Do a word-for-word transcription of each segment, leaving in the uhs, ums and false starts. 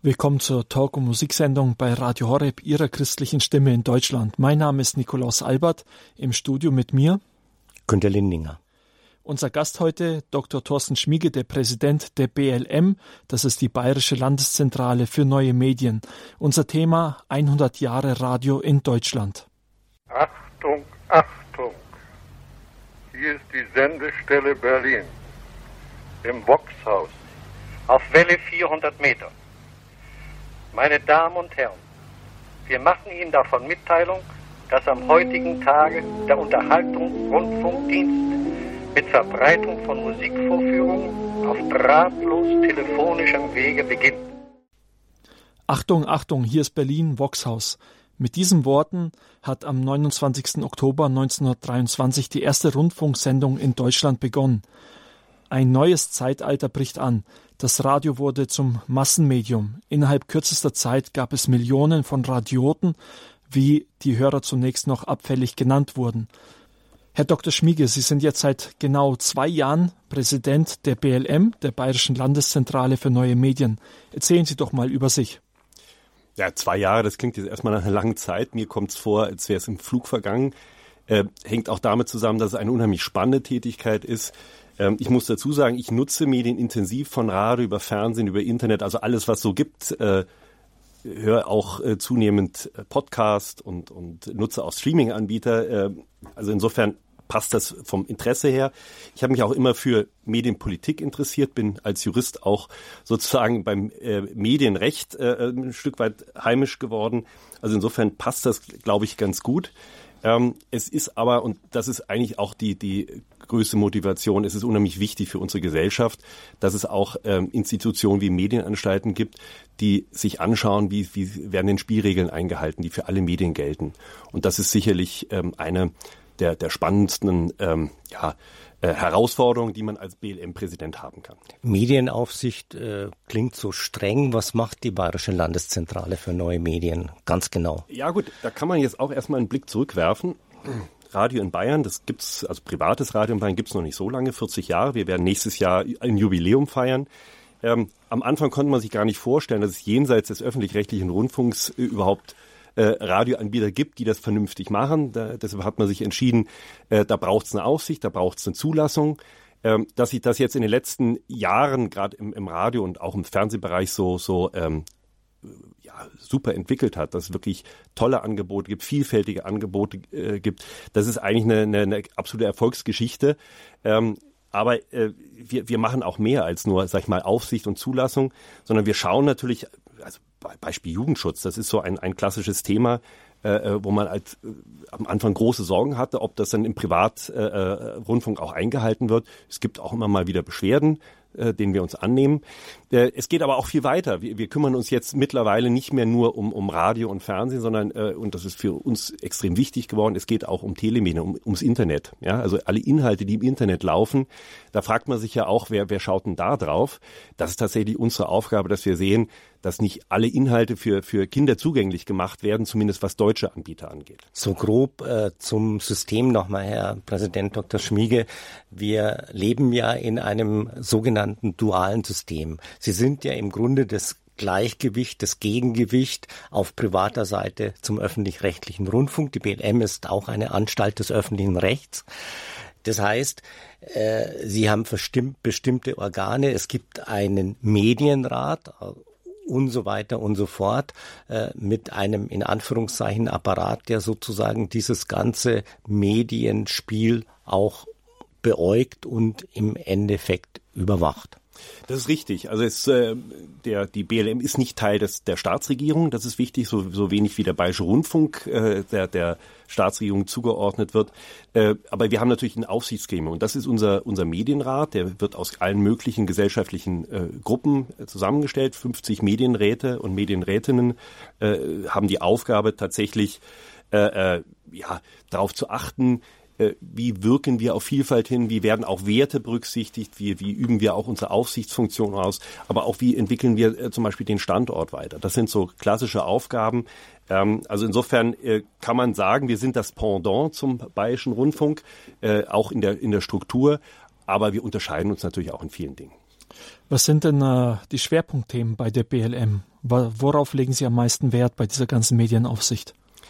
Willkommen zur Talk- und Musiksendung bei Radio Horeb, Ihrer christlichen Stimme in Deutschland. Mein Name ist Nikolaus Albert, im Studio mit mir Günter Lindinger. Unser Gast heute, Doktor Thorsten Schmiege, der Präsident der B L M, das ist die Bayerische Landeszentrale für neue Medien. Unser Thema hundert Jahre Radio in Deutschland. Achtung, Achtung! Hier ist die Sendestelle Berlin, im Voxhaus. Auf Welle vierhundert Meter. Meine Damen und Herren, wir machen Ihnen davon Mitteilung, dass am heutigen Tage der Unterhaltungsrundfunkdienst mit Verbreitung von Musikvorführungen auf drahtlos telefonischem Wege beginnt. Achtung, Achtung, hier ist Berlin, Voxhaus. Mit diesen Worten hat am neunundzwanzigsten Oktober neunzehnhundertdreiundzwanzig die erste Rundfunksendung in Deutschland begonnen. Ein neues Zeitalter bricht an. Das Radio wurde zum Massenmedium. Innerhalb kürzester Zeit gab es Millionen von Radioten, wie die Hörer zunächst noch abfällig genannt wurden. Herr Doktor Schmiege, Sie sind jetzt seit genau zwei Jahren Präsident der B L M, der Bayerischen Landeszentrale für neue Medien. Erzählen Sie doch mal über sich. Ja, zwei Jahre, das klingt jetzt erstmal nach einer langen Zeit. Mir kommt es vor, als wäre es im Flug vergangen. Äh, hängt auch damit zusammen, dass es eine unheimlich spannende Tätigkeit ist. Ähm, ich muss dazu sagen, ich nutze Medien intensiv, von Radio über Fernsehen, über Internet, also alles, was so gibt. Äh, höre auch äh, zunehmend äh, Podcast und, und nutze auch Streaming-Anbieter. Äh, also insofern passt das vom Interesse her. Ich habe mich auch immer für Medienpolitik interessiert, bin als Jurist auch sozusagen beim äh, Medienrecht äh, ein Stück weit heimisch geworden. Also insofern passt das, glaube ich, ganz gut. Ähm, es ist aber, und das ist eigentlich auch die, die größte Motivation, es ist unheimlich wichtig für unsere Gesellschaft, dass es auch ähm, Institutionen wie Medienanstalten gibt, die sich anschauen, wie, wie werden denn Spielregeln eingehalten, die für alle Medien gelten. Und das ist sicherlich ähm, eine der, der spannendsten ähm, ja, äh, Herausforderungen, die man als B L M-Präsident haben kann. Medienaufsicht äh, klingt so streng. Was macht die Bayerische Landeszentrale für neue Medien ganz genau? Ja gut, da kann man jetzt auch erstmal einen Blick zurückwerfen. Radio in Bayern, das gibt's, also privates Radio in Bayern gibt's noch nicht so lange, vierzig Jahre. Wir werden nächstes Jahr ein Jubiläum feiern. Ähm, am Anfang konnte man sich gar nicht vorstellen, dass es jenseits des öffentlich-rechtlichen Rundfunks äh, überhaupt äh, Radioanbieter gibt, die das vernünftig machen. Da, deshalb hat man sich entschieden, äh, da braucht's eine Aufsicht, da braucht's eine Zulassung. Ähm, dass sich das jetzt in den letzten Jahren, gerade im, im Radio und auch im Fernsehbereich so, so ähm, ja, super entwickelt hat, dass es wirklich tolle Angebote gibt, vielfältige Angebote äh, gibt. Das ist eigentlich eine, eine, eine absolute Erfolgsgeschichte. Ähm, aber äh, wir, wir machen auch mehr als nur, sag ich mal, Aufsicht und Zulassung, sondern wir schauen natürlich, also Beispiel Jugendschutz, das ist so ein, ein klassisches Thema, äh, wo man halt äh, am Anfang große Sorgen hatte, ob das dann im Privatrundfunk äh, auch eingehalten wird. Es gibt auch immer mal wieder Beschwerden, den wir uns annehmen. Es geht aber auch viel weiter. Wir, wir kümmern uns jetzt mittlerweile nicht mehr nur um, um Radio und Fernsehen, sondern, äh, und das ist für uns extrem wichtig geworden, es geht auch um Telemedien, um, ums Internet. Ja, also alle Inhalte, die im Internet laufen, da fragt man sich ja auch, wer, wer schaut denn da drauf? Das ist tatsächlich unsere Aufgabe, dass wir sehen, dass nicht alle Inhalte für, für Kinder zugänglich gemacht werden, zumindest was deutsche Anbieter angeht. So grob äh, zum System nochmal, Herr Präsident Doktor Schmiege. Wir leben ja in einem sogenannten dualen System. Sie sind ja im Grunde das Gleichgewicht, das Gegengewicht auf privater Seite zum öffentlich-rechtlichen Rundfunk. Die B L M ist auch eine Anstalt des öffentlichen Rechts. Das heißt, äh, Sie haben verstimmt, bestimmte Organe. Es gibt einen Medienrat und so weiter und so fort, äh, mit einem in Anführungszeichen Apparat, der sozusagen dieses ganze Medienspiel auch beäugt und im Endeffekt überwacht. Das ist richtig. Also es, äh, der, die B L M ist nicht Teil des, der Staatsregierung. Das ist wichtig, so, so wenig wie der Bayerische Rundfunk äh, der, der Staatsregierung zugeordnet wird. Äh, aber wir haben natürlich ein Aufsichtsgremium und das ist unser, unser Medienrat. Der wird aus allen möglichen gesellschaftlichen äh, Gruppen äh, zusammengestellt. fünfzig Medienräte und Medienrätinnen äh, haben die Aufgabe, tatsächlich äh, äh, ja, darauf zu achten, wie wirken wir auf Vielfalt hin, wie werden auch Werte berücksichtigt, wie, wie üben wir auch unsere Aufsichtsfunktion aus, aber auch wie entwickeln wir äh, zum Beispiel den Standort weiter. Das sind so klassische Aufgaben. Ähm, also insofern äh, kann man sagen, wir sind das Pendant zum Bayerischen Rundfunk, äh, auch in der, in der Struktur, aber wir unterscheiden uns natürlich auch in vielen Dingen. Was sind denn äh, die Schwerpunktthemen bei der B L M? Worauf legen Sie am meisten Wert bei dieser ganzen Medienaufsicht?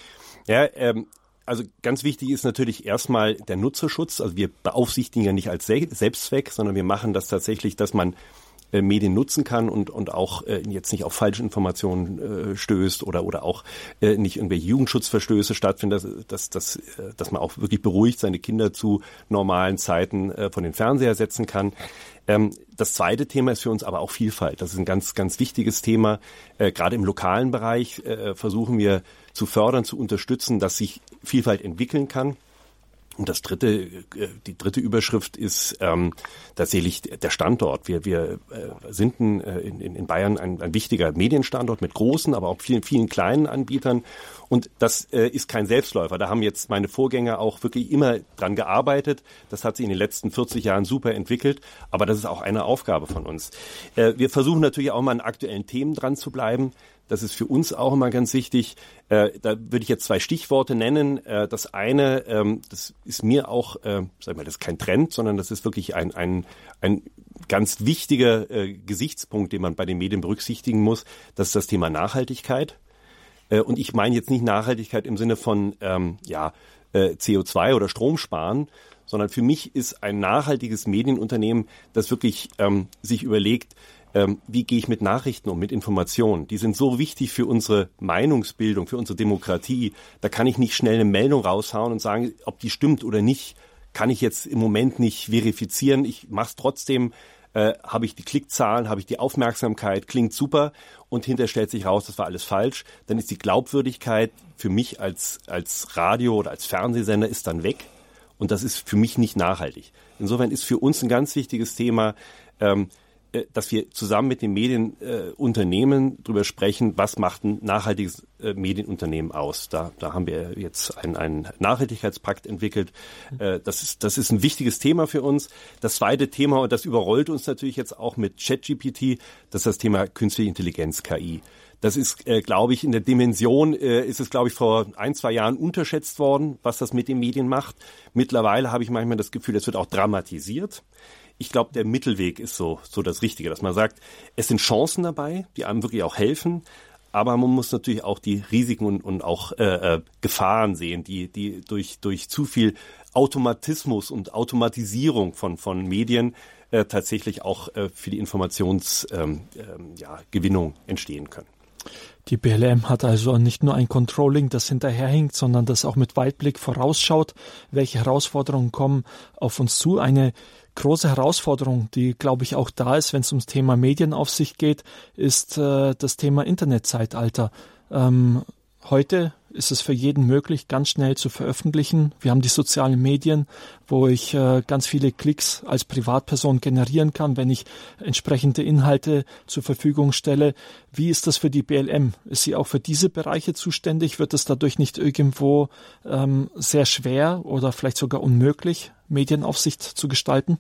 Ja, ähm, also ganz wichtig ist natürlich erstmal der Nutzerschutz. Also wir beaufsichtigen ja nicht als Se- Selbstzweck, sondern wir machen das tatsächlich, dass man äh, Medien nutzen kann und und auch äh, jetzt nicht auf falsche Informationen äh, stößt oder oder auch äh, nicht irgendwelche Jugendschutzverstöße stattfinden, dass, dass, dass, äh, dass man auch wirklich beruhigt seine Kinder zu normalen Zeiten äh, von den Fernseher setzen kann. Ähm, das zweite Thema ist für uns aber auch Vielfalt. Das ist ein ganz, ganz wichtiges Thema. Äh, gerade im lokalen Bereich äh, versuchen wir zu fördern, zu unterstützen, dass sich Vielfalt entwickeln kann. Und das dritte, die dritte Überschrift ist ähm, tatsächlich der Standort. Wir, wir äh, sind ein, äh, in, in Bayern ein, ein wichtiger Medienstandort mit großen, aber auch vielen, vielen kleinen Anbietern. Und das äh, ist kein Selbstläufer. Da haben jetzt meine Vorgänger auch wirklich immer dran gearbeitet. Das hat sich in den letzten vierzig Jahren super entwickelt. Aber das ist auch eine Aufgabe von uns. Äh, wir versuchen natürlich auch mal an aktuellen Themen dran zu bleiben. Das ist für uns auch immer ganz wichtig. Äh, da würde ich jetzt zwei Stichworte nennen. Äh, das eine, ähm, das ist mir auch, äh, sag ich mal, das ist kein Trend, sondern das ist wirklich ein ein ein ganz wichtiger äh, Gesichtspunkt, den man bei den Medien berücksichtigen muss. Das ist das Thema Nachhaltigkeit. Äh, und ich meine jetzt nicht Nachhaltigkeit im Sinne von ähm, ja äh, C O zwei oder Strom sparen, sondern für mich ist ein nachhaltiges Medienunternehmen, das wirklich ähm, sich überlegt, wie gehe ich mit Nachrichten um, mit Informationen? Die sind so wichtig für unsere Meinungsbildung, für unsere Demokratie. Da kann ich nicht schnell eine Meldung raushauen und sagen, ob die stimmt oder nicht, kann ich jetzt im Moment nicht verifizieren. Ich mache es trotzdem, äh, habe ich die Klickzahlen, habe ich die Aufmerksamkeit, klingt super und hinterher stellt sich raus, das war alles falsch. Dann ist die Glaubwürdigkeit für mich als, als Radio oder als Fernsehsender ist dann weg und das ist für mich nicht nachhaltig. Insofern ist für uns ein ganz wichtiges Thema, ähm, dass wir zusammen mit den Medienunternehmen äh, darüber sprechen, was macht ein nachhaltiges äh, Medienunternehmen aus. Da, da haben wir jetzt einen, einen Nachhaltigkeitspakt entwickelt. Äh, das ist, das ist ein wichtiges Thema für uns. Das zweite Thema, und das überrollt uns natürlich jetzt auch mit ChatGPT, das ist das Thema Künstliche Intelligenz, K I. Das ist, äh, glaube ich, in der Dimension, äh, ist es, glaube ich, vor ein, zwei Jahren unterschätzt worden, was das mit den Medien macht. Mittlerweile habe ich manchmal das Gefühl, es wird auch dramatisiert. Ich glaube, der Mittelweg ist so, so das Richtige, dass man sagt, es sind Chancen dabei, die einem wirklich auch helfen, aber man muss natürlich auch die Risiken und, und auch äh, Gefahren sehen, die, die durch, durch zu viel Automatismus und Automatisierung von, von Medien äh, tatsächlich auch äh, für die Informationsgewinnung ähm, ja, Gewinnung entstehen können. Die B L M hat also nicht nur ein Controlling, das hinterherhinkt, sondern das auch mit Weitblick vorausschaut, welche Herausforderungen kommen auf uns zu. Eine große Herausforderung, die, glaube ich, auch da ist, wenn es ums Thema Medienaufsicht geht, ist äh, das Thema Internetzeitalter. Ähm, heute ist es für jeden möglich, ganz schnell zu veröffentlichen. Wir haben die sozialen Medien, wo ich äh, ganz viele Klicks als Privatperson generieren kann, wenn ich entsprechende Inhalte zur Verfügung stelle. Wie ist das für die B L M? Ist sie auch für diese Bereiche zuständig? Wird es dadurch nicht irgendwo ähm, sehr schwer oder vielleicht sogar unmöglich, Medienaufsicht zu gestalten?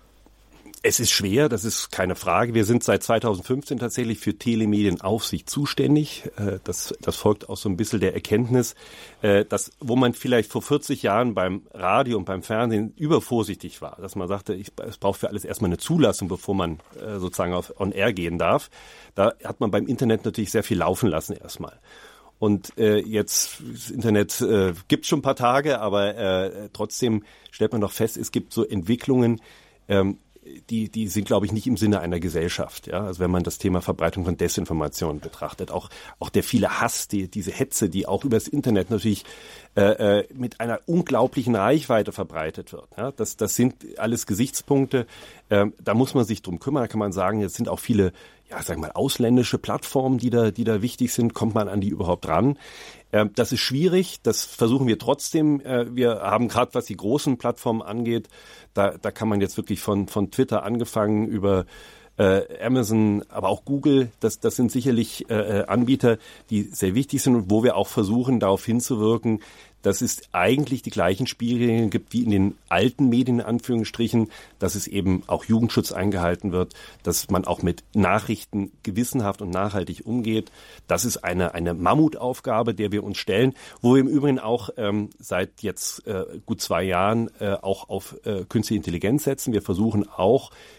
Es ist schwer, das ist keine Frage. Wir sind seit zweitausendfünfzehn tatsächlich für Telemedienaufsicht zuständig. Das, das folgt auch so ein bisschen der Erkenntnis, dass, wo man vielleicht vor vierzig Jahren beim Radio und beim Fernsehen übervorsichtig war, dass man sagte, ich, es braucht für alles erstmal eine Zulassung, bevor man sozusagen auf On Air gehen darf. Da hat man beim Internet natürlich sehr viel laufen lassen erstmal. Und äh, jetzt, das Internet äh, gibt schon ein paar Tage, aber äh, trotzdem stellt man doch fest, es gibt so Entwicklungen, ähm, die, die sind, glaube ich, nicht im Sinne einer Gesellschaft. Ja? Also wenn man das Thema Verbreitung von Desinformation betrachtet, auch, auch der viele Hass, die, diese Hetze, die auch übers Internet natürlich äh, mit einer unglaublichen Reichweite verbreitet wird. Ja? Das, das sind alles Gesichtspunkte, äh, da muss man sich drum kümmern. Da kann man sagen, jetzt sind auch viele, ja, sagen wir mal, ausländische Plattformen, die da, die da wichtig sind. Kommt man an die überhaupt ran? Ähm, das ist schwierig. Das versuchen wir trotzdem. Äh, wir haben gerade, was die großen Plattformen angeht, da, da kann man jetzt wirklich von, von Twitter angefangen über äh, Amazon, aber auch Google. Das, das sind sicherlich äh, Anbieter, die sehr wichtig sind und wo wir auch versuchen, darauf hinzuwirken, dass es eigentlich die gleichen Spielregeln gibt wie in den alten Medien, in Anführungsstrichen, dass es eben auch Jugendschutz eingehalten wird, dass man auch mit Nachrichten gewissenhaft und nachhaltig umgeht. Das ist eine, eine Mammutaufgabe, der wir uns stellen, wo wir im Übrigen auch ähm, seit jetzt äh, gut zwei Jahren äh, auch auf äh, künstliche Intelligenz setzen. Wir versuchen auch,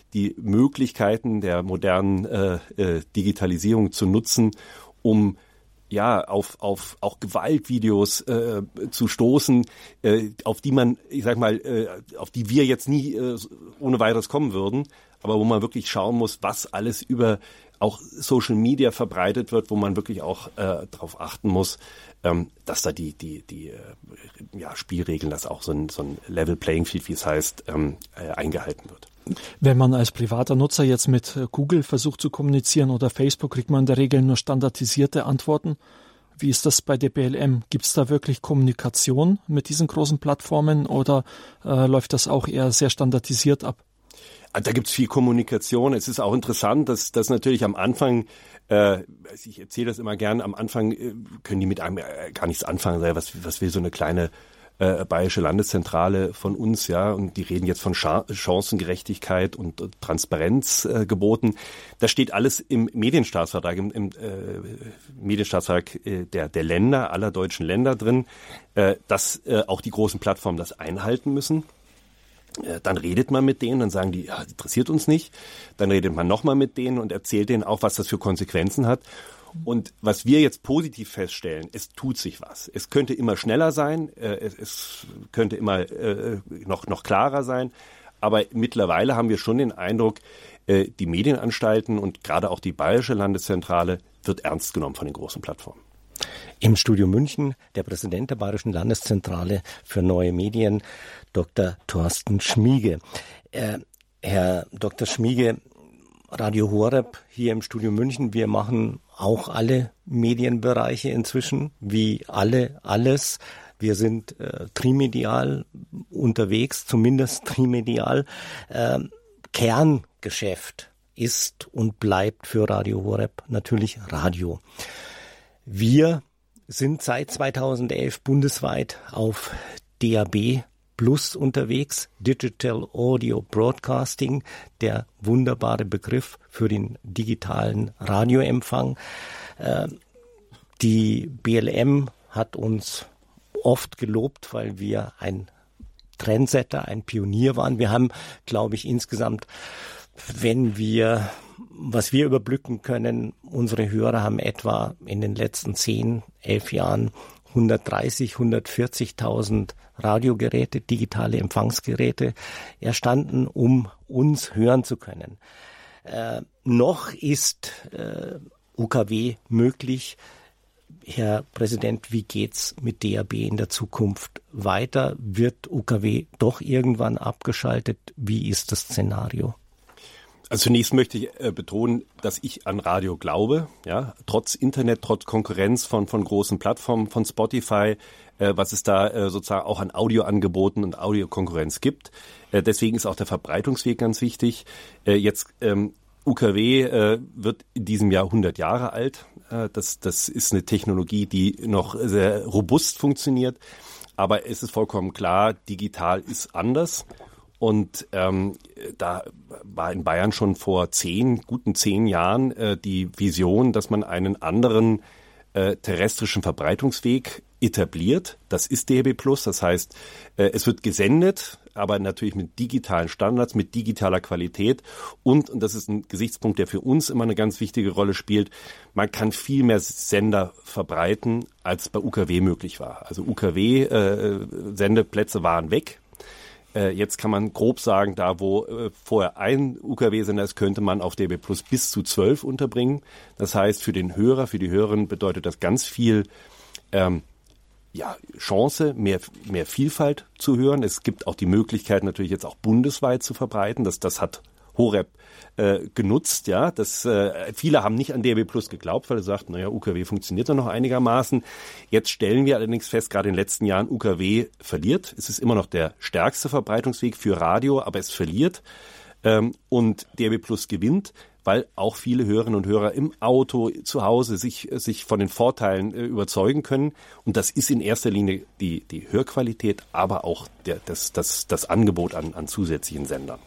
die Möglichkeiten der modernen äh, äh, Digitalisierung zu nutzen, um ja, auf, auf auch Gewaltvideos äh, zu stoßen, äh, auf die man, ich sag mal, äh, auf die wir jetzt nie äh, ohne weiteres kommen würden, aber wo man wirklich schauen muss, was alles über auch Social Media verbreitet wird, wo man wirklich auch äh, darauf achten muss, ähm, dass da die die die äh, ja, Spielregeln, dass auch so ein so ein Level Playing Field, wie es heißt, ähm, äh, eingehalten wird. Wenn man als privater Nutzer jetzt mit Google versucht zu kommunizieren oder Facebook, kriegt man in der Regel nur standardisierte Antworten. Wie ist das bei der B L M? Gibt es da wirklich Kommunikation mit diesen großen Plattformen oder äh, läuft das auch eher sehr standardisiert ab? Da gibt's viel Kommunikation. Es ist auch interessant, dass, dass natürlich am Anfang, äh, ich erzähle das immer gern, am Anfang äh, können die mit einem äh, gar nichts anfangen. Was, was will so eine kleine äh, bayerische Landeszentrale von uns, ja? Und die reden jetzt von Cha- Chancengerechtigkeit und äh, Transparenz äh, geboten. Das steht alles im Medienstaatsvertrag, im, im äh, Medienstaatsvertrag äh, der, der Länder, aller deutschen Länder drin, äh, dass äh, auch die großen Plattformen das einhalten müssen. Dann redet man mit denen, dann sagen die, ja, interessiert uns nicht. Dann redet man nochmal mit denen und erzählt denen auch, was das für Konsequenzen hat. Und was wir jetzt positiv feststellen, es tut sich was. Es könnte immer schneller sein, es könnte immer noch, noch klarer sein. Aber mittlerweile haben wir schon den Eindruck, die Medienanstalten und gerade auch die Bayerische Landeszentrale wird ernst genommen von den großen Plattformen. Im Studio München der Präsident der Bayerischen Landeszentrale für neue Medien, Doktor Thorsten Schmiege. Äh, Herr Doktor Schmiege, Radio Horeb hier im Studio München, wir machen auch alle Medienbereiche inzwischen, wie alle, alles. Wir sind äh, trimedial unterwegs, zumindest trimedial. Äh, Kerngeschäft ist und bleibt für Radio Horeb natürlich Radio. Wir sind seit zweitausendelf bundesweit auf D A B Plus unterwegs, Digital Audio Broadcasting, der wunderbare Begriff für den digitalen Radioempfang. Äh, die B L M hat uns oft gelobt, weil wir ein Trendsetter, ein Pionier waren. Wir haben, glaube ich, insgesamt, wenn wir, was wir überblicken können, unsere Hörer haben etwa in den letzten zehn, elf Jahren hundertdreißig, hundertvierzigtausend Radiogeräte, digitale Empfangsgeräte erstanden, um uns hören zu können. Äh, noch ist äh, U K W möglich. Herr Präsident, wie geht's mit D A B in der Zukunft weiter? Wird U K W doch irgendwann abgeschaltet? Wie ist das Szenario? Also zunächst möchte ich äh, betonen, dass ich an Radio glaube, ja, trotz Internet, trotz Konkurrenz von von großen Plattformen, von Spotify, äh, was es da äh, sozusagen auch an Audioangeboten und Audiokonkurrenz gibt. Äh, deswegen ist auch der Verbreitungsweg ganz wichtig. Äh, jetzt ähm, U K W äh, wird in diesem Jahr hundert Jahre alt. Äh, das das ist eine Technologie, die noch sehr robust funktioniert, aber es ist vollkommen klar, digital ist anders. Und ähm, da war in Bayern schon vor zehn, guten zehn Jahren äh, die Vision, dass man einen anderen äh, terrestrischen Verbreitungsweg etabliert. Das ist D A B Plus, das heißt, äh, es wird gesendet, aber natürlich mit digitalen Standards, mit digitaler Qualität. Und, und das ist ein Gesichtspunkt, der für uns immer eine ganz wichtige Rolle spielt, man kann viel mehr Sender verbreiten, als bei U K W möglich war. Also U K W-Sendeplätze äh, waren weg. Jetzt kann man grob sagen, da wo äh, vorher ein U K W-Sender ist, könnte man auf D A B Plus bis zu zwölf unterbringen. Das heißt, für den Hörer, für die Hörerin bedeutet das ganz viel ähm, ja, Chance, mehr, mehr Vielfalt zu hören. Es gibt auch die Möglichkeit, natürlich jetzt auch bundesweit zu verbreiten. Das, das hat Horeb äh, genutzt, ja. Das, äh, viele haben nicht an D A B Plus geglaubt, weil sie sagten, naja, U K W funktioniert doch noch einigermaßen. Jetzt stellen wir allerdings fest, gerade in den letzten Jahren, U K W verliert. Es ist immer noch der stärkste Verbreitungsweg für Radio, aber es verliert. Ähm, und D A B Plus gewinnt, weil auch viele Hörerinnen und Hörer im Auto, zu Hause sich, sich von den Vorteilen äh, überzeugen können. Und das ist in erster Linie die, die Hörqualität, aber auch der, das, das, das Angebot an, an zusätzlichen Sendern.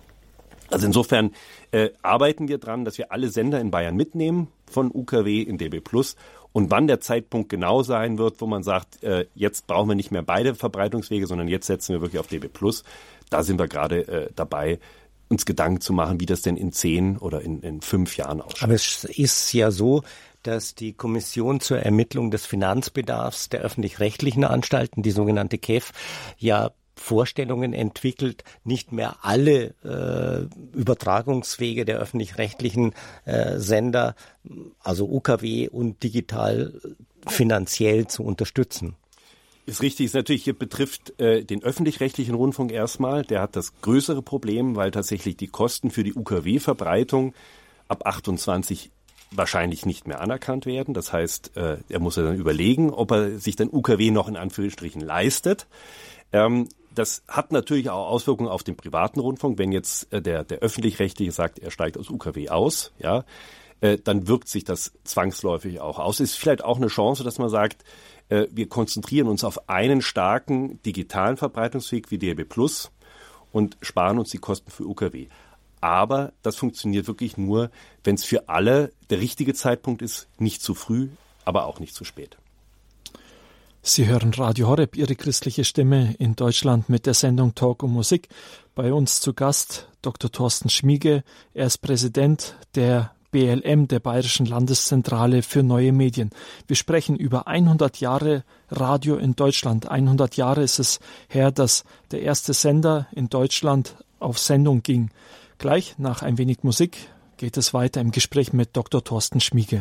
Also insofern äh, arbeiten wir dran, dass wir alle Sender in Bayern mitnehmen von U K W in D A B Plus. Und wann der Zeitpunkt genau sein wird, wo man sagt, äh, jetzt brauchen wir nicht mehr beide Verbreitungswege, sondern jetzt setzen wir wirklich auf D A B Plus, da sind wir gerade äh, dabei, uns Gedanken zu machen, wie das denn in zehn oder in, in fünf Jahren ausschaut. Aber es ist ja so, dass die Kommission zur Ermittlung des Finanzbedarfs der öffentlich-rechtlichen Anstalten, die sogenannte K E F, ja Vorstellungen entwickelt, nicht mehr alle äh, Übertragungswege der öffentlich-rechtlichen äh, Sender, also U K W und digital, finanziell zu unterstützen. Ist richtig, ist natürlich, hier betrifft äh, den öffentlich-rechtlichen Rundfunk erstmal. Der hat das größere Problem, weil tatsächlich die Kosten für die U K W-Verbreitung ab achtundzwanzig wahrscheinlich nicht mehr anerkannt werden. Das heißt, äh, er muss ja dann überlegen, ob er sich dann U K W noch in Anführungsstrichen leistet. Ähm, das hat natürlich auch Auswirkungen auf den privaten Rundfunk. Wenn jetzt äh, der, der öffentlich-rechtliche sagt, er steigt aus U K W aus, ja, äh, dann wirkt sich das zwangsläufig auch aus. Ist vielleicht auch eine Chance, dass man sagt, äh, wir konzentrieren uns auf einen starken digitalen Verbreitungsweg wie D A B Plus und sparen uns die Kosten für U K W. Aber das funktioniert wirklich nur, wenn es für alle der richtige Zeitpunkt ist, nicht zu früh, aber auch nicht zu spät. Sie hören Radio Horeb, Ihre christliche Stimme in Deutschland mit der Sendung Talk und Musik. Bei uns zu Gast Doktor Thorsten Schmiege. Er ist Präsident der B L M, der Bayerischen Landeszentrale für neue Medien. Wir sprechen über hundert Jahre Radio in Deutschland. hundert Jahre ist es her, dass der erste Sender in Deutschland auf Sendung ging. Gleich nach ein wenig Musik geht es weiter im Gespräch mit Doktor Thorsten Schmiege.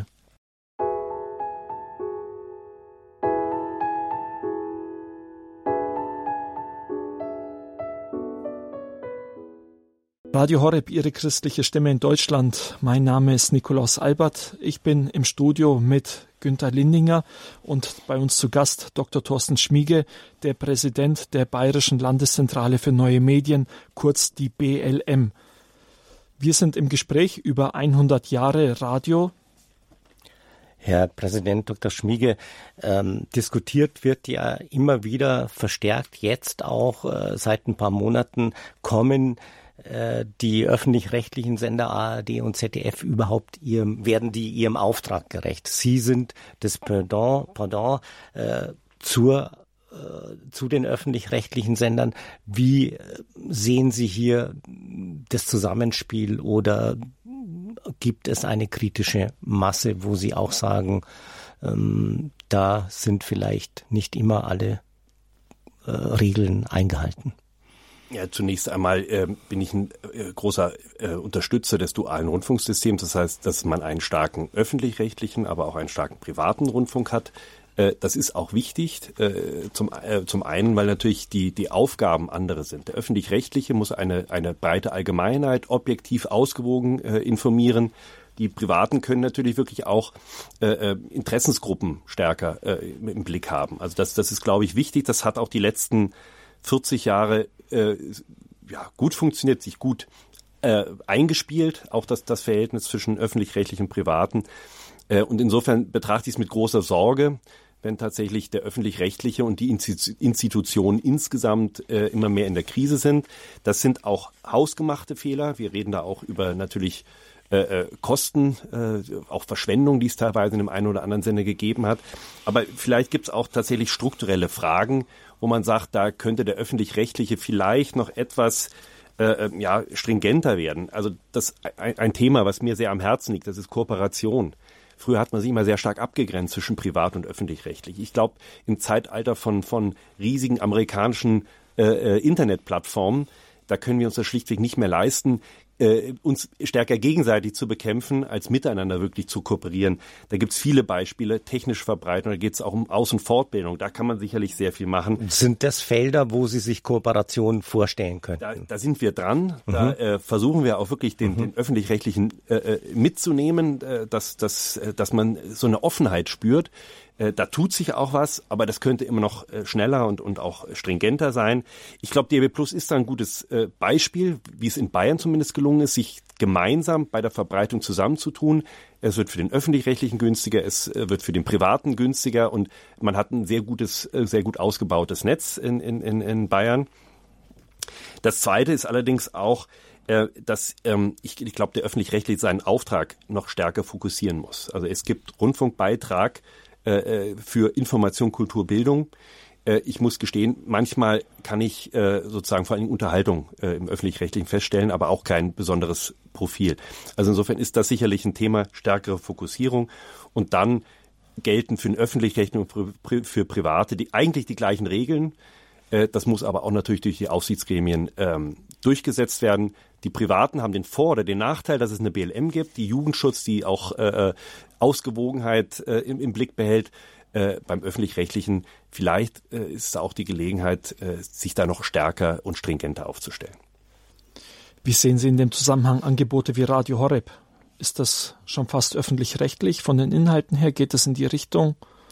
Radio Horeb, Ihre christliche Stimme in Deutschland. Mein Name ist Nikolaus Albert. Ich bin im Studio mit Günther Lindinger und bei uns zu Gast Doktor Thorsten Schmiege, der Präsident der Bayerischen Landeszentrale für neue Medien, kurz die B L M. Wir sind im Gespräch über hundert Jahre Radio. Herr Präsident Doktor Schmiege, ähm, diskutiert wird ja immer wieder verstärkt, jetzt auch äh, seit ein paar Monaten kommen äh, die öffentlich-rechtlichen Sender A R D und Z D F überhaupt ihrem, werden die ihrem Auftrag gerecht. Sie sind das Pendant, Pendant äh, zur zu den öffentlich-rechtlichen Sendern. Wie sehen Sie hier das Zusammenspiel oder gibt es eine kritische Masse, wo Sie auch sagen, ähm, da sind vielleicht nicht immer alle äh, Regeln eingehalten? Ja, zunächst einmal äh, bin ich ein äh, großer äh, Unterstützer des dualen Rundfunksystems. Das heißt, dass man einen starken öffentlich-rechtlichen, aber auch einen starken privaten Rundfunk hat. Das ist auch wichtig, zum, zum einen, weil natürlich die, die Aufgaben andere sind. Der Öffentlich-Rechtliche muss eine, eine breite Allgemeinheit objektiv ausgewogen äh, informieren. Die Privaten können natürlich wirklich auch äh, Interessensgruppen stärker äh, im Blick haben. Also das, das ist, glaube ich, wichtig. Das hat auch die letzten vierzig Jahre äh, ja, gut funktioniert, sich gut äh, eingespielt, auch das, das Verhältnis zwischen öffentlich-rechtlichen und Privaten. Äh, und insofern betrachte ich es mit großer Sorge, wenn tatsächlich der öffentlich-rechtliche und die Institutionen insgesamt äh, immer mehr in der Krise sind. Das sind auch hausgemachte Fehler. Wir reden da auch über natürlich äh, Kosten, äh, auch Verschwendung, die es teilweise in dem einen oder anderen Sender gegeben hat. Aber vielleicht gibt es auch tatsächlich strukturelle Fragen, wo man sagt, da könnte der öffentlich-rechtliche vielleicht noch etwas äh, ja, stringenter werden. Also das ein, ein Thema, was mir sehr am Herzen liegt, das ist Kooperation. Früher hat man sich immer sehr stark abgegrenzt zwischen privat und öffentlich-rechtlich. Ich glaube, im Zeitalter von, von riesigen amerikanischen äh, Internetplattformen, da können wir uns das schlichtweg nicht mehr leisten, äh, uns stärker gegenseitig zu bekämpfen, als miteinander wirklich zu kooperieren. Da gibt's viele Beispiele, technische Verbreitung, da geht es auch um Aus- und Fortbildung. Da kann man sicherlich sehr viel machen. Sind das Felder, wo Sie sich Kooperationen vorstellen könnten? Da, da sind wir dran. Mhm. Da äh, versuchen wir auch wirklich den, mhm. den Öffentlich-Rechtlichen äh, mitzunehmen, äh, dass, dass, äh, dass man so eine Offenheit spürt. Äh, da tut sich auch was, aber das könnte immer noch äh, schneller und, und auch stringenter sein. Ich glaube, D A B Plus ist da ein gutes äh, Beispiel, wie es in Bayern zumindest gelungen ist, sich gemeinsam bei der Verbreitung zusammenzutun. Es wird für den Öffentlich-Rechtlichen günstiger, es äh, wird für den Privaten günstiger und man hat ein sehr gutes, äh, sehr gut ausgebautes Netz in, in, in, in Bayern. Das Zweite ist allerdings auch, äh, dass ähm, ich, ich glaube, der Öffentlich-Rechtliche seinen Auftrag noch stärker fokussieren muss. Also es gibt Rundfunkbeitrag für Information, Kultur, Bildung. Äh, ich muss gestehen, manchmal kann ich äh, sozusagen vor allem Unterhaltung äh, im Öffentlich-Rechtlichen feststellen, aber auch kein besonderes Profil. Also insofern ist das sicherlich ein Thema, stärkere Fokussierung. Und dann gelten für den Öffentlich-Rechtlichen und für, für Private die eigentlich die gleichen Regeln. Äh, das muss aber auch natürlich durch die Aufsichtsgremien ähm, durchgesetzt werden. Die Privaten haben den Vor- oder den Nachteil, dass es eine B L M gibt, die Jugendschutz, die auch äh, Ausgewogenheit äh, im, im Blick behält. Äh, beim Öffentlich-Rechtlichen vielleicht äh, ist da auch die Gelegenheit, äh, sich da noch stärker und stringenter aufzustellen. Wie sehen Sie in dem Zusammenhang Angebote wie Radio Horeb? Ist das schon fast öffentlich-rechtlich? Von den Inhalten her geht es in die Richtung?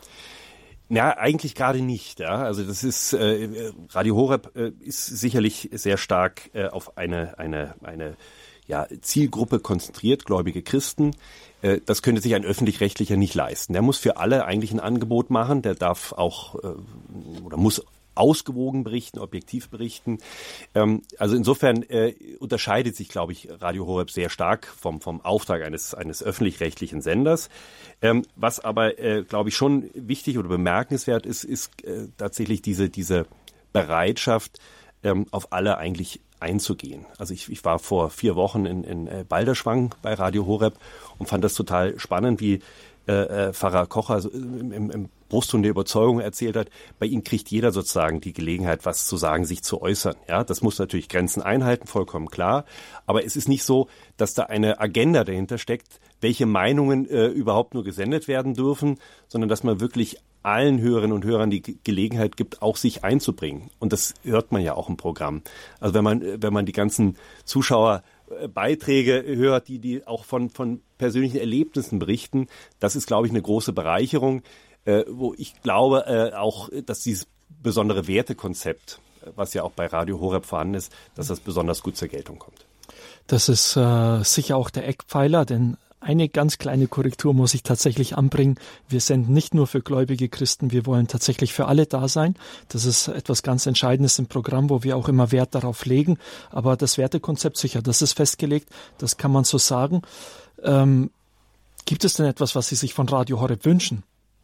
Ja, eigentlich gerade nicht. Ja. Also das ist äh, Radio Horeb äh, ist sicherlich sehr stark äh, auf eine eine eine ja, Zielgruppe konzentriert, gläubige Christen. Äh, das könnte sich ein Öffentlich-Rechtlicher nicht leisten. Der muss für alle eigentlich ein Angebot machen. Der darf auch äh, oder muss ausgewogen berichten, objektiv berichten. Ähm, also insofern äh, unterscheidet sich, glaube ich, Radio Horeb sehr stark vom, vom Auftrag eines, eines öffentlich-rechtlichen Senders. Ähm, was aber, äh, glaube ich, schon wichtig oder bemerkenswert ist, ist äh, tatsächlich diese, diese Bereitschaft, ähm, auf alle eigentlich einzugehen. Also ich, ich war vor vier Wochen in, in äh, Balderschwang bei Radio Horeb und fand das total spannend, wie äh, Pfarrer Kocher also im, im, im Brustton der Überzeugung erzählt hat, bei ihm kriegt jeder sozusagen die Gelegenheit, was zu sagen, sich zu äußern. Ja, das muss natürlich Grenzen einhalten, vollkommen klar. Aber es ist nicht so, dass da eine Agenda dahinter steckt, welche Meinungen äh, überhaupt nur gesendet werden dürfen, sondern dass man wirklich allen Hörerinnen und Hörern die Ge- Gelegenheit gibt, auch sich einzubringen. Und das hört man ja auch im Programm. Also wenn man, wenn man die ganzen Zuschauerbeiträge hört, die, die auch von, von persönlichen Erlebnissen berichten, das ist, glaube ich, eine große Bereicherung. Äh, wo ich glaube äh, auch, dass dieses besondere Wertekonzept, was ja auch bei Radio Horeb vorhanden ist, dass das besonders gut zur Geltung kommt. Das ist äh, sicher auch der Eckpfeiler, denn eine ganz kleine Korrektur muss ich tatsächlich anbringen. Wir senden nicht nur für gläubige Christen, wir wollen tatsächlich für alle da sein. Das ist etwas ganz Entscheidendes im Programm, wo wir auch immer Wert darauf legen. Aber das Wertekonzept sicher, das ist festgelegt, das kann man so sagen. Ähm, gibt es denn etwas, was Sie sich von Radio Horeb wünschen?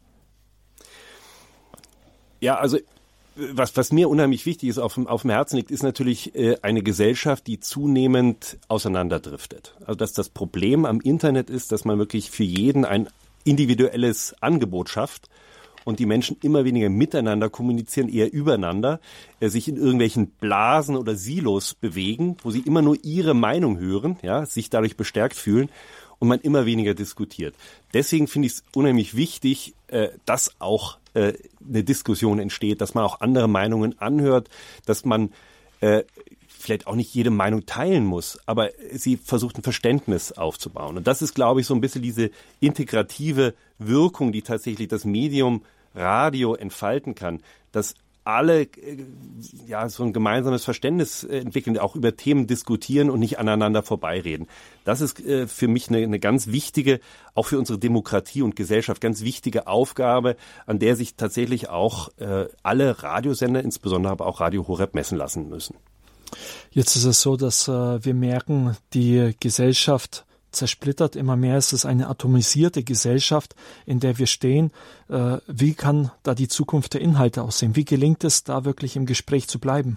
Ja, also was, was mir unheimlich wichtig ist, auf dem, auf dem Herzen liegt, ist natürlich äh, eine Gesellschaft, die zunehmend auseinanderdriftet. Also dass das Problem am Internet ist, dass man wirklich für jeden ein individuelles Angebot schafft und die Menschen immer weniger miteinander kommunizieren, eher übereinander, äh, sich in irgendwelchen Blasen oder Silos bewegen, wo sie immer nur ihre Meinung hören, ja, sich dadurch bestärkt fühlen und man immer weniger diskutiert. Deswegen finde ich es unheimlich wichtig, äh, dass auch äh, eine Diskussion entsteht, dass man auch andere Meinungen anhört, dass man äh, vielleicht auch nicht jede Meinung teilen muss, aber sie versucht ein Verständnis aufzubauen. Und das ist, glaube ich, so ein bisschen diese integrative Wirkung, die tatsächlich das Medium Radio entfalten kann, dass alle ja so ein gemeinsames Verständnis entwickeln, auch über Themen diskutieren und nicht aneinander vorbeireden. Das ist äh, für mich eine, eine ganz wichtige, auch für unsere Demokratie und Gesellschaft, ganz wichtige Aufgabe, an der sich tatsächlich auch äh, alle Radiosender, insbesondere aber auch Radio Horeb, messen lassen müssen. Jetzt ist es so, dass äh, wir merken, die Gesellschaft zersplittert. Immer mehr ist es eine atomisierte Gesellschaft, in der wir stehen. Äh, wie kann da die Zukunft der Inhalte aussehen? Wie gelingt es, da wirklich im Gespräch zu bleiben?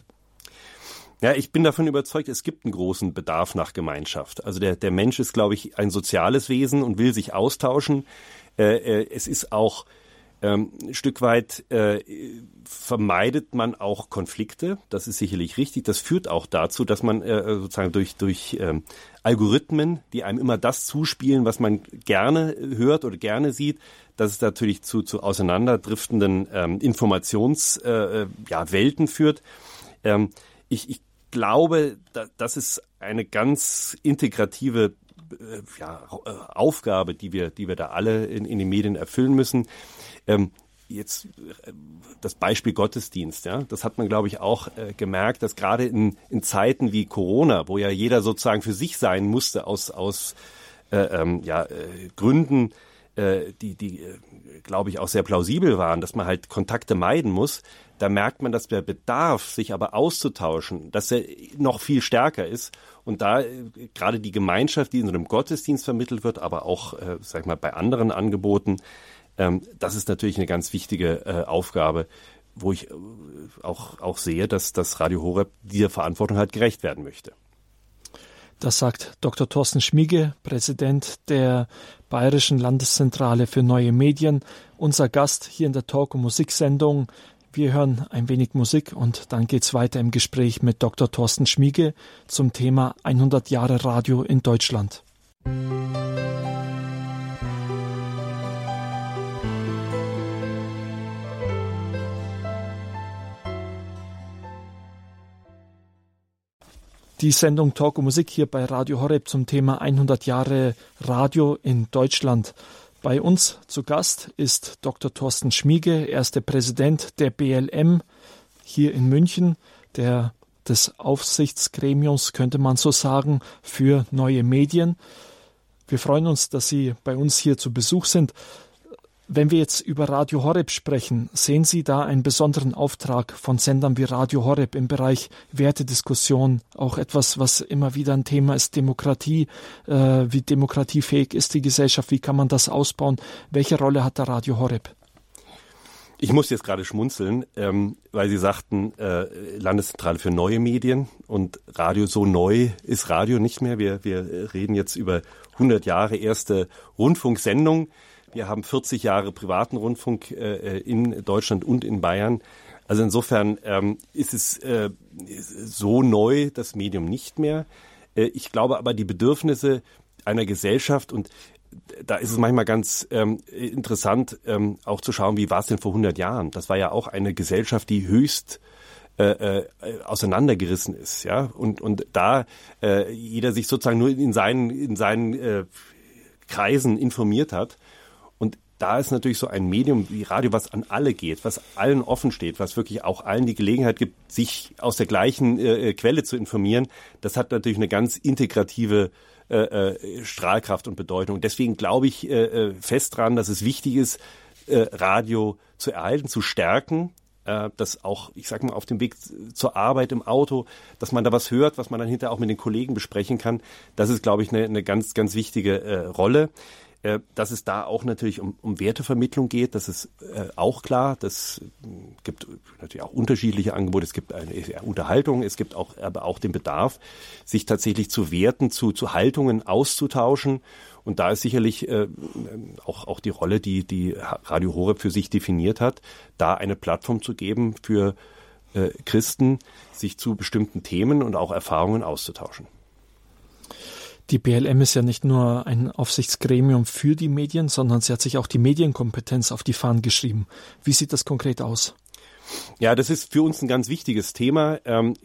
Ja, ich bin davon überzeugt, es gibt einen großen Bedarf nach Gemeinschaft. Also der, der Mensch ist, glaube ich, ein soziales Wesen und will sich austauschen. Äh, äh, es ist auch ähm, ein Stück weit äh, vermeidet man auch Konflikte. Das ist sicherlich richtig. Das führt auch dazu, dass man äh, sozusagen durch durch ähm, Algorithmen, die einem immer das zuspielen, was man gerne hört oder gerne sieht, dass es natürlich zu zu auseinanderdriftenden ähm, Informationswelten äh, ja, Welten führt. Ähm, ich, ich glaube, da, das ist eine ganz integrative äh, ja, Aufgabe, die wir die wir da alle in, in den Medien erfüllen müssen. Ähm, Jetzt das Beispiel Gottesdienst, ja, das hat man, glaube ich, auch äh, gemerkt, dass gerade in, in Zeiten wie Corona, wo ja jeder sozusagen für sich sein musste aus aus äh, ähm, ja, äh, Gründen, äh, die die äh, glaube ich auch sehr plausibel waren, dass man halt Kontakte meiden muss. Da merkt man, dass der Bedarf, sich aber auszutauschen, dass er noch viel stärker ist und da äh, gerade die Gemeinschaft, die in so einem Gottesdienst vermittelt wird, aber auch, äh, sag ich mal, bei anderen Angeboten. Ähm, das ist natürlich eine ganz wichtige äh, Aufgabe, wo ich äh, auch, auch sehe, dass das Radio Horeb dieser Verantwortung halt gerecht werden möchte. Das sagt Doktor Thorsten Schmiege, Präsident der Bayerischen Landeszentrale für neue Medien, unser Gast hier in der Talk- und Musiksendung. Wir hören ein wenig Musik und dann geht's weiter im Gespräch mit Doktor Thorsten Schmiege zum Thema hundert Jahre Radio in Deutschland. Die Sendung Talk und Musik hier bei Radio Horeb zum Thema hundert Jahre Radio in Deutschland. Bei uns zu Gast ist Doktor Thorsten Schmiege. Er ist der Präsident der B L M hier in München, der des Aufsichtsgremiums, könnte man so sagen, für neue Medien. Wir freuen uns, dass Sie bei uns hier zu Besuch sind. Wenn wir jetzt über Radio Horeb sprechen, sehen Sie da einen besonderen Auftrag von Sendern wie Radio Horeb im Bereich Wertediskussion, auch etwas, was immer wieder ein Thema ist, Demokratie, äh, wie demokratiefähig ist die Gesellschaft, wie kann man das ausbauen? Welche Rolle hat da Radio Horeb? Ich muss jetzt gerade schmunzeln, ähm, weil Sie sagten, äh, Landeszentrale für neue Medien und Radio, so neu ist Radio nicht mehr. Wir, wir reden jetzt über hundert Jahre erste Rundfunksendung. Wir haben vierzig Jahre privaten Rundfunk äh, in Deutschland und in Bayern. Also insofern ähm, ist es äh, so neu, das Medium nicht mehr. Äh, ich glaube aber, die Bedürfnisse einer Gesellschaft, und da ist es manchmal ganz ähm, interessant, ähm, auch zu schauen, wie war es denn vor hundert Jahren? Das war ja auch eine Gesellschaft, die höchst äh, äh, auseinandergerissen ist, ja. Und und da äh, jeder sich sozusagen nur in seinen in seinen äh, Kreisen informiert hat. Da ist natürlich so ein Medium wie Radio, was an alle geht, was allen offen steht, was wirklich auch allen die Gelegenheit gibt, sich aus der gleichen äh, Quelle zu informieren. Das hat natürlich eine ganz integrative äh, äh, Strahlkraft und Bedeutung. Deswegen glaube ich äh, fest dran, dass es wichtig ist, äh, Radio zu erhalten, zu stärken. Äh, dass auch, ich sag mal, auf dem Weg zur Arbeit im Auto, dass man da was hört, was man dann hinterher auch mit den Kollegen besprechen kann. Das ist, glaube ich, eine, eine ganz, ganz wichtige äh, Rolle. Dass es da auch natürlich um, um Wertevermittlung geht, das ist äh, auch klar. Das äh, gibt natürlich auch unterschiedliche Angebote. Es gibt eine ja, Unterhaltung, es gibt auch aber auch den Bedarf, sich tatsächlich zu Werten, zu, zu Haltungen auszutauschen. Und da ist sicherlich äh, auch, auch die Rolle, die, die Radio Horeb für sich definiert hat, da eine Plattform zu geben für äh, Christen, sich zu bestimmten Themen und auch Erfahrungen auszutauschen. Die B L M ist ja nicht nur ein Aufsichtsgremium für die Medien, sondern sie hat sich auch die Medienkompetenz auf die Fahnen geschrieben. Wie sieht das konkret aus? Ja, das ist für uns ein ganz wichtiges Thema.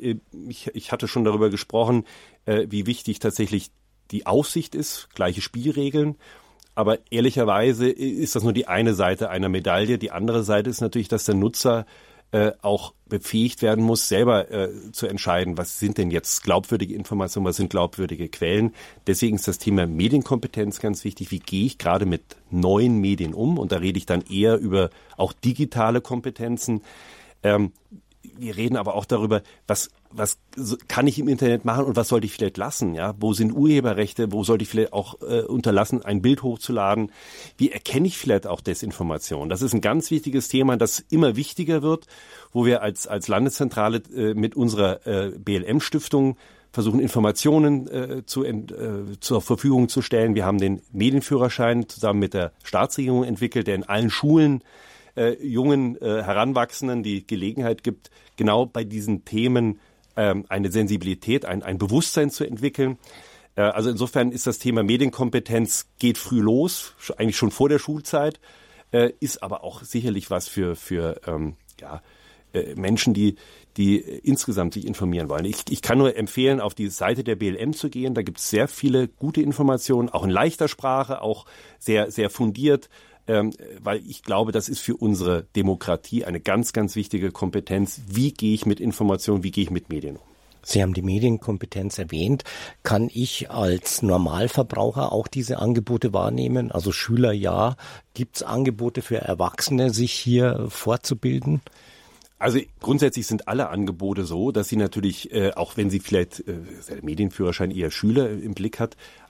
Ich, ich hatte schon darüber gesprochen, wie wichtig tatsächlich die Aufsicht ist, gleiche Spielregeln. Aber ehrlicherweise ist das nur die eine Seite einer Medaille. Die andere Seite ist natürlich, dass der Nutzer Äh, auch befähigt werden muss, selber äh, zu entscheiden, was sind denn jetzt glaubwürdige Informationen, was sind glaubwürdige Quellen. Deswegen ist das Thema Medienkompetenz ganz wichtig. Wie gehe ich gerade mit neuen Medien um? Und da rede ich dann eher über auch digitale Kompetenzen. Ähm, wir reden aber auch darüber, was was kann ich im Internet machen und was sollte ich vielleicht lassen? Ja, wo sind Urheberrechte? Wo sollte ich vielleicht auch äh, unterlassen, ein Bild hochzuladen? Wie erkenne ich vielleicht auch Desinformation? Das ist ein ganz wichtiges Thema, das immer wichtiger wird, wo wir als als Landeszentrale äh, mit unserer äh, B L M-Stiftung versuchen, Informationen äh, zu, äh, zur Verfügung zu stellen. Wir haben den Medienführerschein zusammen mit der Staatsregierung entwickelt, der in allen Schulen äh, jungen äh, Heranwachsenden die Gelegenheit gibt, genau bei diesen Themen ähm, eine Sensibilität, ein, ein Bewusstsein zu entwickeln. Äh, also insofern ist das Thema Medienkompetenz, geht früh los, eigentlich schon vor der Schulzeit, äh, ist aber auch sicherlich was für, für ähm, ja, äh, Menschen, die die insgesamt sich informieren wollen. Ich, ich kann nur empfehlen, auf die Seite der B L M zu gehen. Da gibt es sehr viele gute Informationen, auch in leichter Sprache, auch sehr, sehr fundiert, ähm, weil ich glaube, das ist für unsere Demokratie eine ganz, ganz wichtige Kompetenz. Wie gehe ich mit Informationen, wie gehe ich mit Medien um? Sie haben die Medienkompetenz erwähnt. Kann ich als Normalverbraucher auch diese Angebote wahrnehmen? Also Schüler ja. Gibt es Angebote für Erwachsene, sich hier fortzubilden? Also grundsätzlich sind alle Angebote so, dass sie natürlich, äh, auch wenn sie vielleicht äh, der Medienführerschein eher Schüler im Blick hat,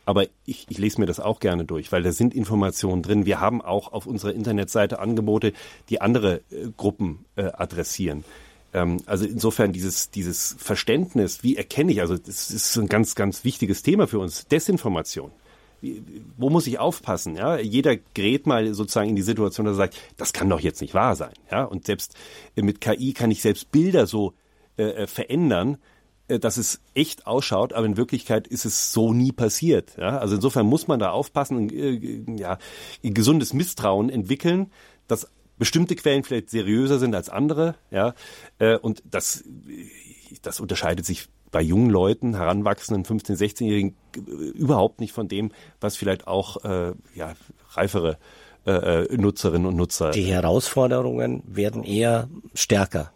Aber ich, ich lese mir das auch gerne durch, weil da sind Informationen drin. Wir haben auch auf unserer Internetseite Angebote, die andere äh, Gruppen äh, adressieren. Ähm, also insofern dieses, dieses Verständnis, wie erkenne ich, also das ist ein ganz, ganz wichtiges Thema für uns, Desinformation. Wie, wo muss ich aufpassen? Ja, jeder gerät mal sozusagen in die Situation, dass er sagt, das kann doch jetzt nicht wahr sein. Ja, und selbst äh, mit K I kann ich selbst Bilder so äh, verändern, äh, dass es echt ausschaut, aber in Wirklichkeit ist es so nie passiert. Ja, also insofern muss man da aufpassen, äh, ja, ein gesundes Misstrauen entwickeln, dass bestimmte Quellen vielleicht seriöser sind als andere. Ja, äh, und das, das unterscheidet sich bei jungen Leuten, heranwachsenden fünfzehn-, sechzehnjährigen überhaupt nicht von dem, was vielleicht auch äh, ja, reifere äh, Nutzerinnen und Nutzer. Die Herausforderungen werden eher stärker.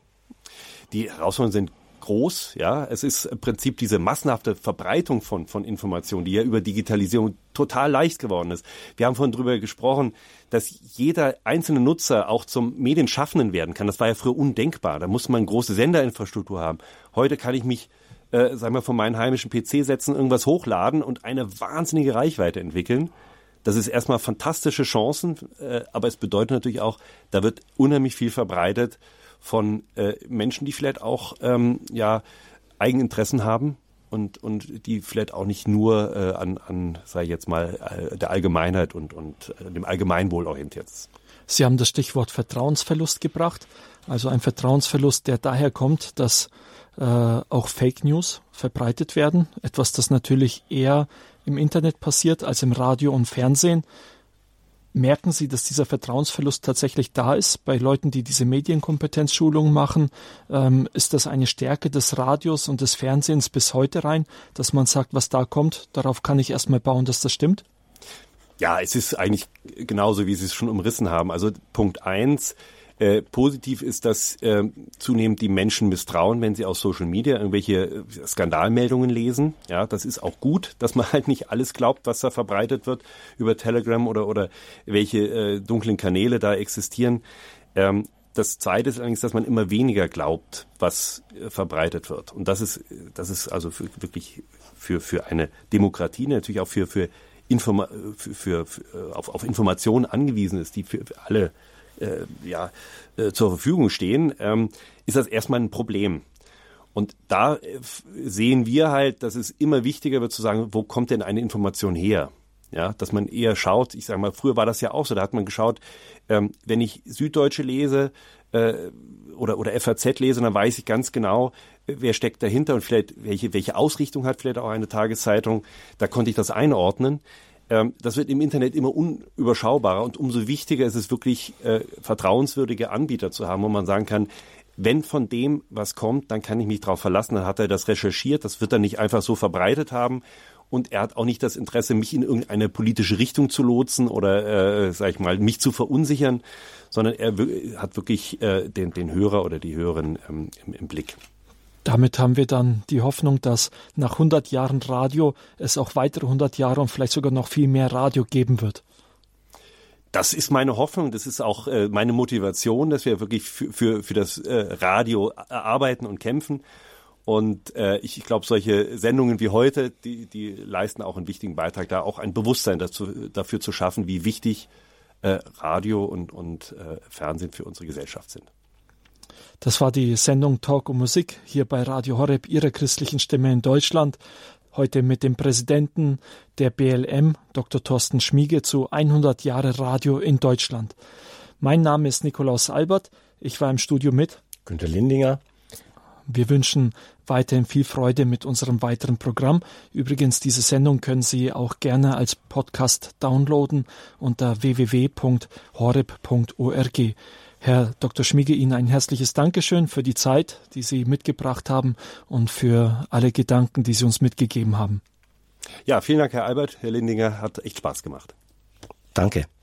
Die Herausforderungen sind groß, ja. Es ist im Prinzip diese massenhafte Verbreitung von, von Informationen, die ja über Digitalisierung total leicht geworden ist. Wir haben vorhin drüber gesprochen, dass jeder einzelne Nutzer auch zum Medienschaffenden werden kann. Das war ja früher undenkbar. Da musste man eine große Senderinfrastruktur haben. Heute kann ich mich Äh, sagen wir, von meinen heimischen P C setzen, irgendwas hochladen und eine wahnsinnige Reichweite entwickeln. Das ist erstmal fantastische Chancen, äh, aber es bedeutet natürlich auch, da wird unheimlich viel verbreitet von äh, Menschen, die vielleicht auch ähm, ja Eigeninteressen haben und und die vielleicht auch nicht nur äh, an, an sage ich jetzt mal, äh, der Allgemeinheit und, und äh, dem Allgemeinwohl orientiert ist. Sie haben das Stichwort Vertrauensverlust gebracht, also ein Vertrauensverlust, der daher kommt, dass äh, auch Fake News verbreitet werden, etwas, das natürlich eher im Internet passiert als im Radio und Fernsehen. Merken Sie, dass dieser Vertrauensverlust tatsächlich da ist bei Leuten, die diese Medienkompetenzschulungen machen? Ähm, ist das eine Stärke des Radios und des Fernsehens bis heute rein, dass man sagt, was da kommt, darauf kann ich erstmal bauen, dass das stimmt? Ja, es ist eigentlich genauso, wie Sie es schon umrissen haben. Also Punkt eins, äh, positiv ist, dass äh, zunehmend die Menschen misstrauen, wenn sie auf Social Media irgendwelche Skandalmeldungen lesen. Ja, das ist auch gut, dass man halt nicht alles glaubt, was da verbreitet wird über Telegram oder oder welche äh, dunklen Kanäle da existieren. Ähm, das Zweite ist allerdings, dass man immer weniger glaubt, was äh, verbreitet wird. Und das ist das ist also für, wirklich für für eine Demokratie, natürlich auch für für Informa- für, für, für auf, auf Informationen angewiesen ist, die für, für alle äh, ja, äh, zur Verfügung stehen, ähm, ist das erstmal ein Problem. Und da äh, sehen wir halt, dass es immer wichtiger wird zu sagen, wo kommt denn eine Information her? Ja, dass man eher schaut, ich sage mal, früher war das ja auch so, da hat man geschaut, ähm, wenn ich Süddeutsche lese äh, oder, oder F A Z lese, dann weiß ich ganz genau, wer steckt dahinter und vielleicht welche, welche Ausrichtung hat vielleicht auch eine Tageszeitung. Da konnte ich das einordnen. Ähm, das wird im Internet immer unüberschaubarer und umso wichtiger ist es wirklich, äh, vertrauenswürdige Anbieter zu haben, wo man sagen kann, wenn von dem was kommt, dann kann ich mich darauf verlassen, dann hat er das recherchiert, das wird er nicht einfach so verbreitet haben. Und er hat auch nicht das Interesse, mich in irgendeine politische Richtung zu lotsen oder, äh, sag ich mal, mich zu verunsichern, sondern er w- hat wirklich äh, den, den Hörer oder die Hörerin ähm, im, im Blick. Damit haben wir dann die Hoffnung, dass nach hundert Jahren Radio es auch weitere hundert Jahre und vielleicht sogar noch viel mehr Radio geben wird. Das ist meine Hoffnung, das ist auch äh, meine Motivation, dass wir wirklich für, für, für das äh, Radio arbeiten und kämpfen. Und äh, ich, ich glaube, solche Sendungen wie heute, die, die leisten auch einen wichtigen Beitrag, da auch ein Bewusstsein dazu, dafür zu schaffen, wie wichtig äh, Radio und, und äh, Fernsehen für unsere Gesellschaft sind. Das war die Sendung Talk und Musik hier bei Radio Horeb, Ihrer christlichen Stimme in Deutschland. Heute mit dem Präsidenten der B L M, Doktor Thorsten Schmiege, zu hundert Jahre Radio in Deutschland. Mein Name ist Nikolaus Albert. Ich war im Studio mit Günter Lindinger. Wir wünschen weiterhin viel Freude mit unserem weiteren Programm. Übrigens, diese Sendung können Sie auch gerne als Podcast downloaden unter w w w punkt horeb punkt org. Herr Doktor Schmiege, Ihnen ein herzliches Dankeschön für die Zeit, die Sie mitgebracht haben und für alle Gedanken, die Sie uns mitgegeben haben. Ja, vielen Dank, Herr Albert. Herr Lindinger, hat echt Spaß gemacht. Danke.